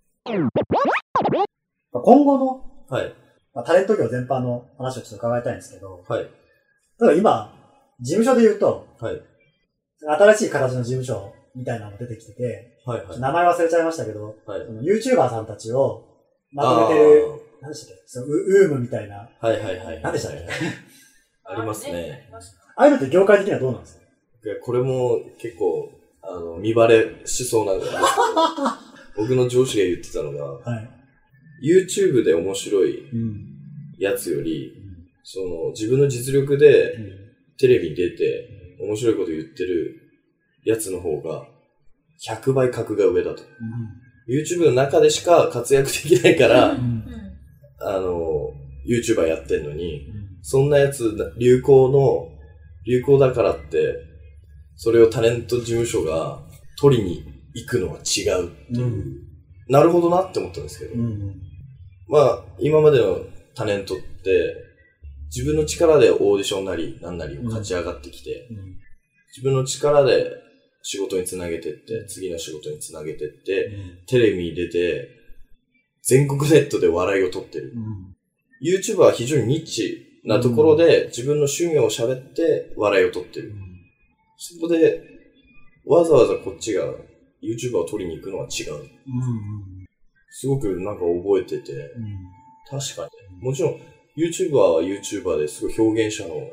今後の、 はい、 まあ、タレント業全般の話をちょっと伺いたいんですけど、 はい、 例えば今、事務所で言うと、 はい、 新しい形の事務所みたいなのが出てきてて、 はいはい、 名前忘れちゃいましたけど、 はい、 その YouTuber さんたちをまとめてる、何でしたっけ、そのウームみたいな、 はいはいはい、 何でしたっけありますね。 ああいうのって業界的にはどうなんですか？ これも結構、あの、見バレしそうなんですけど、僕の上司が言ってたのが、はい、YouTube で面白いやつより、うん、その自分の実力でテレビに出て面白いこと言ってるやつの方がひゃくばい格が上だと。うん、YouTube の中でしか活躍できないから、うん、あの、YouTuber やってんのに、うん、そんなやつ、流行の、流行だからって、それをタレント事務所が取りに行くのは違うっていう、うん、なるほどなって思ったんですけど、うん、まあ今までのタレントって自分の力でオーディションなり何なりを勝ち上がってきて、うん、自分の力で仕事につなげてって次の仕事につなげてって、うん、テレビに出て全国ネットで笑いを取ってる、うん、YouTuber は非常にニッチなところで自分の趣味を喋って笑いを取ってる、うん、そこで、わざわざこっちが YouTuber を取りに行くのは違う。うんうん、すごくなんか覚えてて、うん、確かに。もちろん、YouTuber は YouTuber ですごい表現者の、うん、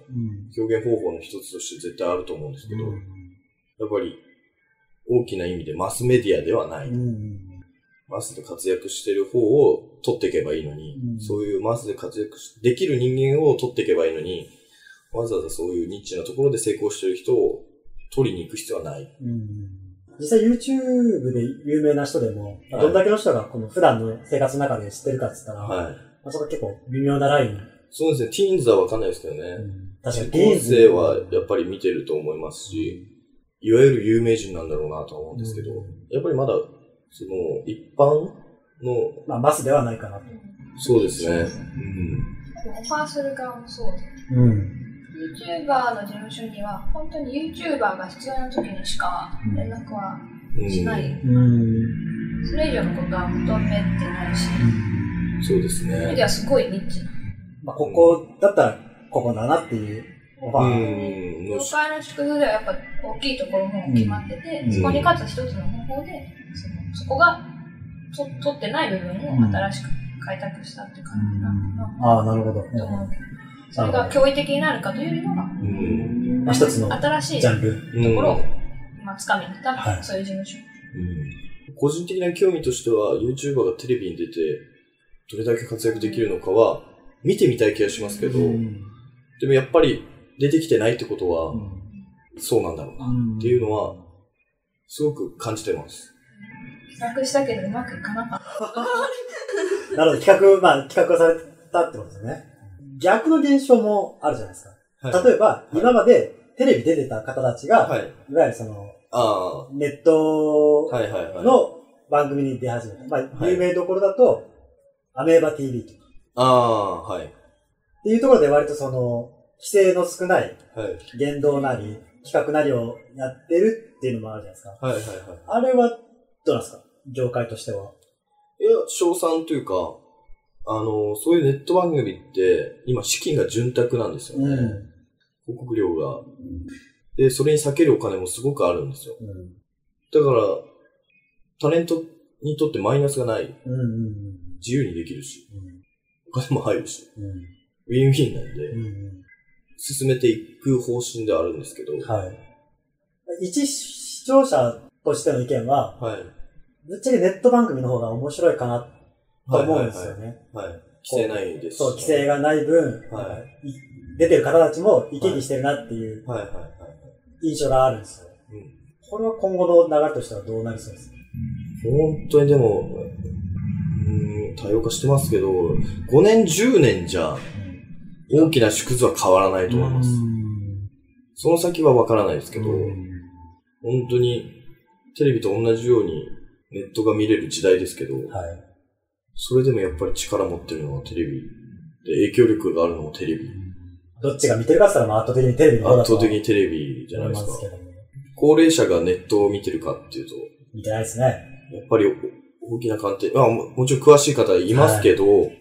表現方法の一つとして絶対あると思うんですけど、うん、やっぱり大きな意味でマスメディアではない。うん、マスで活躍してる方を取っていけばいいのに、うん、そういうマスで活躍できる人間を取っていけばいいのに、わざわざそういうニッチなところで成功してる人を取りに行く必要はない。うん、 実際 YouTube で有名な人でも、はい、どんだけの人がこの普段の生活の中で知ってるかって言ったら、はい、まあ、そこ結構微妙なライン。 そうですね。ティーンズはわかんないですけどね。うん、確かに。ティーンズはやっぱり見てると思いますし、いわゆる有名人なんだろうなとは思うんですけど、うん、やっぱりまだ、その、一般の、 まあ、マスではないかなと。 そうですね。うん。 オファーする側もそうです。うん。YouTuber の事務所には、本当に YouTuber が必要な時にしか連絡はしない。うん、それ以上のことは求めてないし。 うん、そうですね。 それではすごいニッチな。 まあ、ここだったら、ここだなっていうオファー。業界の縮図ではやっぱ大きいところも決まってて、うん、そこにかつ一つの方法で、そのそこがと取ってない部分を新しく開拓したって感じなのかな。 ああ、なるほど。 と思う。それが驚異的になるかというよりは、 うんまあ、一つの新しいジャンルところを、まあ、掴みに行った、はい、そういう事務所、 うん。個人的な興味としては、YouTuber がテレビに出て、どれだけ活躍できるのかは、見てみたい気がしますけど、うん、でもやっぱり出てきてないってことは、うん、そうなんだろうなっていうのは、すごく感じてます。 企画したけどうまくいかなかった。 なので企画、まあ企画をされたってことですね。逆の現象もあるじゃないですか。はい、例えば、はい、今までテレビ出てた方たちが、はい、いわゆるその、あネットの番組に出始めた。まあ、有名どころだと、アメーバ ティーブイ とか。 ああ、はい。 っていうところで割とその、規制の少ない言動なり、企画なりをやってるっていうのもあるじゃないですか。 はいはいはい。 あれは、どうなんですか業界としては。 いや、賞賛というか、あの、そういうネット番組って、今資金が潤沢なんですよね。うん、広告料が、うん。で、それに避けるお金もすごくあるんですよ。うん、だから、タレントにとってマイナスがない。うんうんうん、 自由にできるし、うん、お金も入るし、うん、ウィンウィンなんで、うん、進めていく方針ではあるんですけど、はい、 一視聴者としての意見は、はい、ぶっちゃけネット番組の方が面白いかなと思うんですよね。 はいはいはい、規制ないですし、 そう、規制がない分、はい、出てる方たちも生き生きしてるなっていう印象があるんですよ。うん、これは今後の流れとしてはどうなりそうですか？ 本当にでも、うん、多様化してますけど、ごねん、じゅうねんじゃ大きな縮図は変わらないと思います。その先はわからないですけど、本当にテレビと同じようにネットが見れる時代ですけど、はい、それでもやっぱり力持ってるのはテレビで、影響力があるのもテレビ。 どっちが見てるかって言ったら圧倒的にテレビの方だと圧倒的にテレビじゃないですか。高齢者がネットを見てるかっていうと、 見てないですね。 やっぱり大きな観点、まあも、もちろん詳しい方いますけど、はい、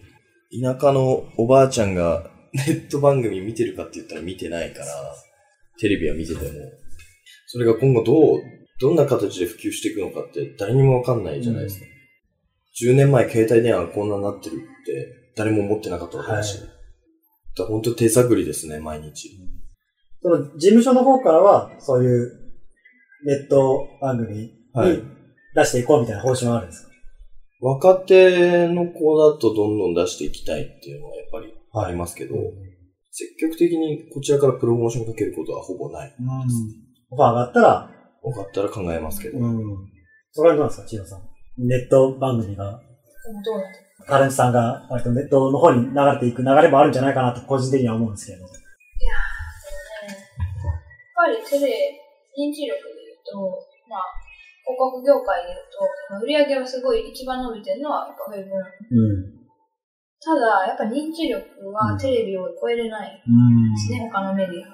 田舎のおばあちゃんがネット番組見てるかって言ったら見てないから、テレビは見てても、それが今後どう、どんな形で普及していくのかって誰にもわかんないじゃないですか。うん、じゅうねんまえ携帯電話がこんなになってるって誰も思ってなかったわけだし。はい、だ本当手探りですね、毎日。 その事務所の方からは、そういうネット番組に出していこうみたいな方針はあるんですか？ 若手の子だとどんどん出していきたいっていうのはやっぱりありますけど、はい、積極的にこちらからプロモーションかけることはほぼない。うん。 オファーがあったら分かったら考えますけど。 うん。それはどうなんですか、千代さん。ネット番組が。どうなってタレントさんが割とネットの方に流れていく流れもあるんじゃないかなと個人的には思うんですけど。いやー、でもね、やっぱりテレ、認知力で言うと、まあ、広告業界で言うと、売り上げはすごい一番伸びてるのはやっぱウェブなんです。うん。ただ、やっぱ認知力はテレビを超えれないですね、うん、他のメディア。うん。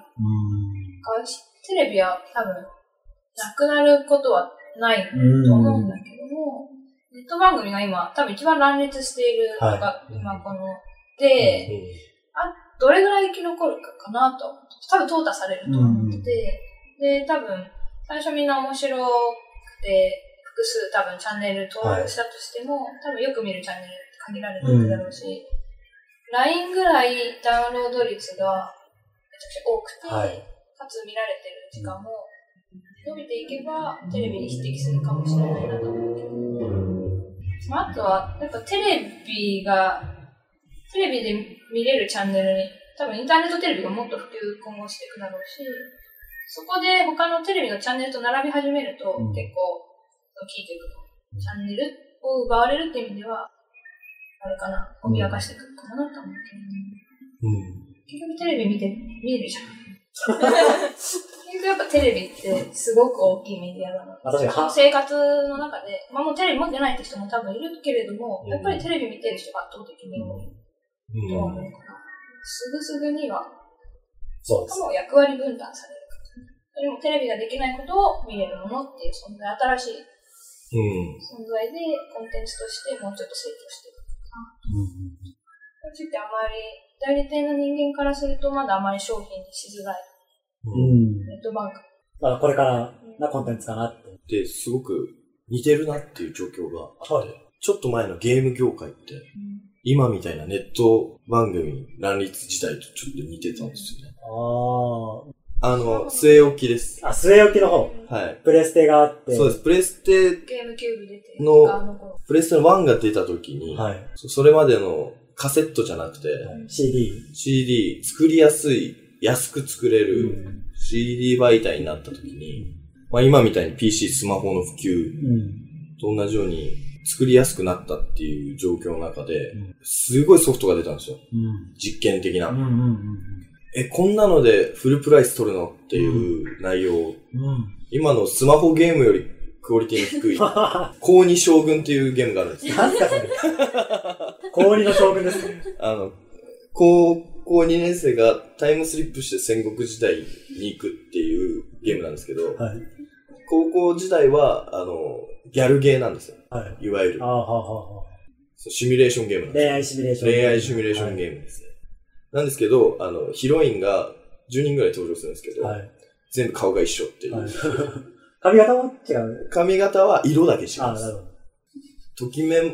テレビは多分、なくなることはないと思うんだけども、うんネット番組が今、多分一番乱立しているのが、はい、今この、で、うん、あ、どれぐらい生き残るかかなと思って、多分淘汰されると思ってて、うん、で、多分、最初みんな面白くて、複数多分チャンネル登録したとしても、はい、多分よく見るチャンネルって限られてるだろうし、うん、ライン ぐらいダウンロード率がめちゃくちゃ多くて、はい、かつ見られてる時間も伸びていけば、テレビに匹敵するかもしれないなと思うけど、あとは、やっぱテレビが、テレビで見れるチャンネルに、多分インターネットテレビがもっと普及今後していくだろうし、そこで他のテレビのチャンネルと並び始めると、うん、結構、聞いていくと、チャンネルを奪われるっていう意味では、あれかな、脅かしていくかなと思うけど、うん、結局テレビ見て、見えるじゃん。結局やっぱテレビってすごく大きいメディアだな。生活の中で、まあもうテレビ持ってないって人も多分いるけれども、うん、やっぱりテレビ見てる人が圧倒的に多いと思うから、すぐすぐには、そうです。もう役割分担されるから、それもテレビができないことを見れるものっていう存在、新しい存在でコンテンツとしてもうちょっと成長していくかな。うん正直あまり代理店の人間からするとまだあまり商品にしづらい。うん。ネットバンク。 まあこれからなコンテンツかなって。 で、すごく似てるなっていう状況があって、はい、ちょっと前のゲーム業界って、うん、今みたいなネット番組乱立時代とちょっと似てたんですよね。ああ。あの、据え置きです。 あ、据え置きの方。 はい。 プレステがあって。 そうです。プレステゲームキューブ出ての、プレステのワンが出た時に、はい、それまでのカセットじゃなくて、 シーディー。 シーディー、作りやすい、安く作れる シーディー 媒体になった時に、まあ今みたいに ピーシー、スマホの普及と同じように作りやすくなったっていう状況の中で、すごいソフトが出たんですよ。うん、実験的な、うんうんうん。え、こんなのでフルプライス取るのっていう内容、うんうん、今のスマホゲームよりクオリティの低い、高二将軍っていうゲームがあるんですよ。 何すかそれ。高二の将軍ですね。 あの、高校にねん生がタイムスリップして戦国時代に行くっていうゲームなんですけど、はい、高校時代は、あの、ギャルゲーなんですよ。はい、いわゆる。あはははシミュレーションゲームなんですよ。 恋愛シミュレーションゲーム。恋愛シミュレーションゲームですね。はい、なんですけど、あの、ヒロインがじゅうにんぐらい登場するんですけど、はい、全部顔が一緒っていう。はい髪型は違う髪型は色だけ違います。あ、なるほど。ときめき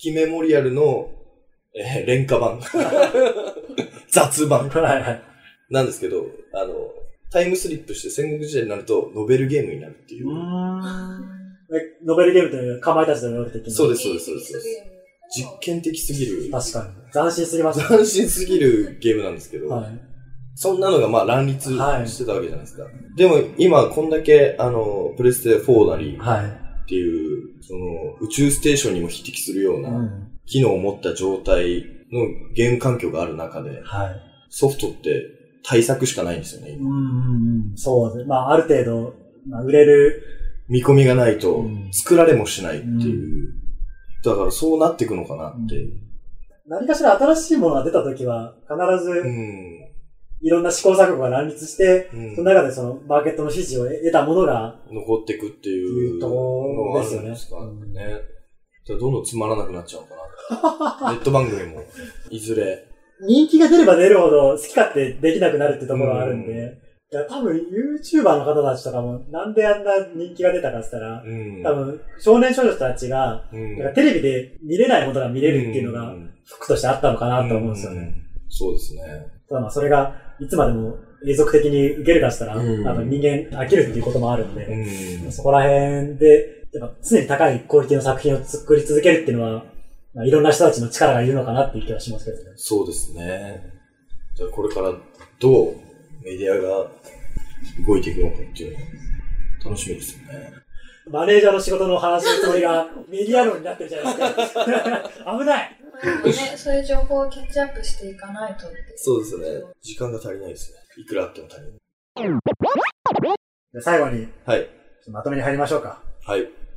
キメモリアルの、えー、廉価版。雑版。なんですけど、あの、タイムスリップして戦国時代になると、ノベルゲームになるっていう。うーんえノベルゲームというかまいたちのノベル的な。 そうです、そうです、そうです。実験的すぎる。 確かに。斬新すぎますね。 斬新すぎるゲームなんですけど、はい、そんなのがまあ乱立してたわけじゃないですか。はい、でも今こんだけあの、プレステフォーなりっていう、はい、その宇宙ステーションにも匹敵するような機能を持った状態のゲーム環境がある中で、はい、ソフトって対策しかないんですよね。 うんうん、そうですね。まあある程度、まあ、売れる見込みがないと作られもしないっていう。うんだからそうなっていくのかなって、うん。 何かしら新しいものが出たときは、必ず、いろんな試行錯誤が乱立して、うん、その中でそのマーケットの支持を得たものが、 残っていくっていうところですよね。 ですかね。どんどんつまらなくなっちゃうのかな。ネット番組も、いずれ。 人気が出れば出るほど好き勝手できなくなるってところがあるんで、うんいや多分 YouTuber の方たちとかもなんであんな人気が出たかって言ったら、うん、多分少年少女たちが、うん、テレビで見れないことが見れるっていうのが服としてあったのかなと思うんですよね。うんうん、 そうですね。 ただまあそれがいつまでも永続的に受けるかしたら、うん、あの人間飽きるっていうこともあるんで、うん、そこら辺でやっぱ常に高いクオリティの作品を作り続けるっていうのは、まあ、いろんな人たちの力がいるのかなっていう気はしますけどね。 そうですね。じゃあこれからどうメディアが動いていくのかっていうのは楽しみですよね。 マネージャーの仕事の話のつもりがメディア論になってるじゃないですか。危ない。 ね、そういう情報をキャッチアップしていかないと。 そうですね。時間が足りないですね。いくらあっても足りない。 最後に、はい、まとめに入りましょうか。はい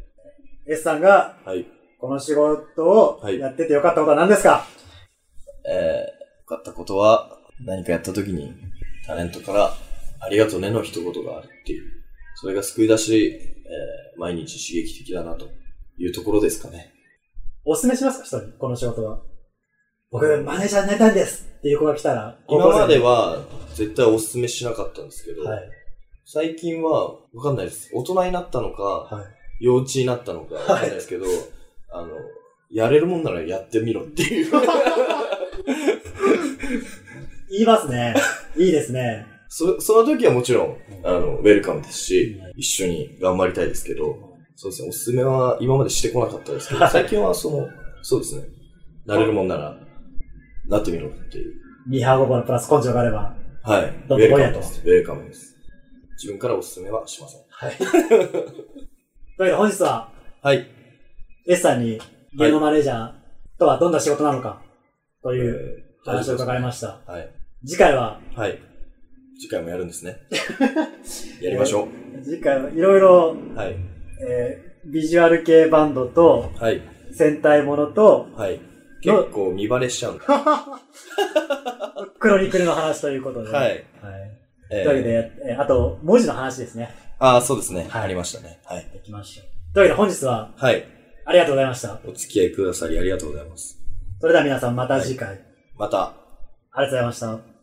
。S さんが、はい、この仕事をやっててよかったことは何ですか？はい、 えー、よかったことは何かやった時にタレントからありがとうねの一言があるっていう。それが救い出し、えー、毎日刺激的だなというところですかね。 お勧めしますか人に、この仕事は。僕、マネージャーになりたいんですっていう子が来たら。 今までは絶対お勧めしなかったんですけど、はい、最近はわかんないです。大人になったのか、はい、幼稚になったのかわかんないですけど、はい、あの、やれるもんならやってみろっていう。 言いますね。いいですね。 そ、その時はもちろん、あの、ウェルカムですし、一緒に頑張りたいですけど、そうですね、おすすめは今までしてこなかったですけど、最近はその、そうですね、なれるもんなら、なってみろっていう。 ミーハー心のプラス根性があれば、 はい。 どんどん来いやと。 ウェルカムです。自分からおすすめはしません。はい。 というわけで本日は、はい。S さんに、芸能マネージャーとはどんな仕事なのか、という話を伺いました。はい。次回は、はい。 次回もやるんですね。やりましょう。 えー、次回はいろいろ、はい。えー、ビジュアル系バンドと、はい。戦隊ものと、 はい。結構見バレしちゃうんだ。 クロニクルの話ということで。はい。はい。えー、というわけで、えー、あと、文字の話ですね。 ああ、そうですね。はい。ありましたね。はい。 行きましょう。というわけで本日は、はい。ありがとうございました。 お付き合いくださりありがとうございます。 それでは皆さんまた次回。はい、 また。 ありがとうございました。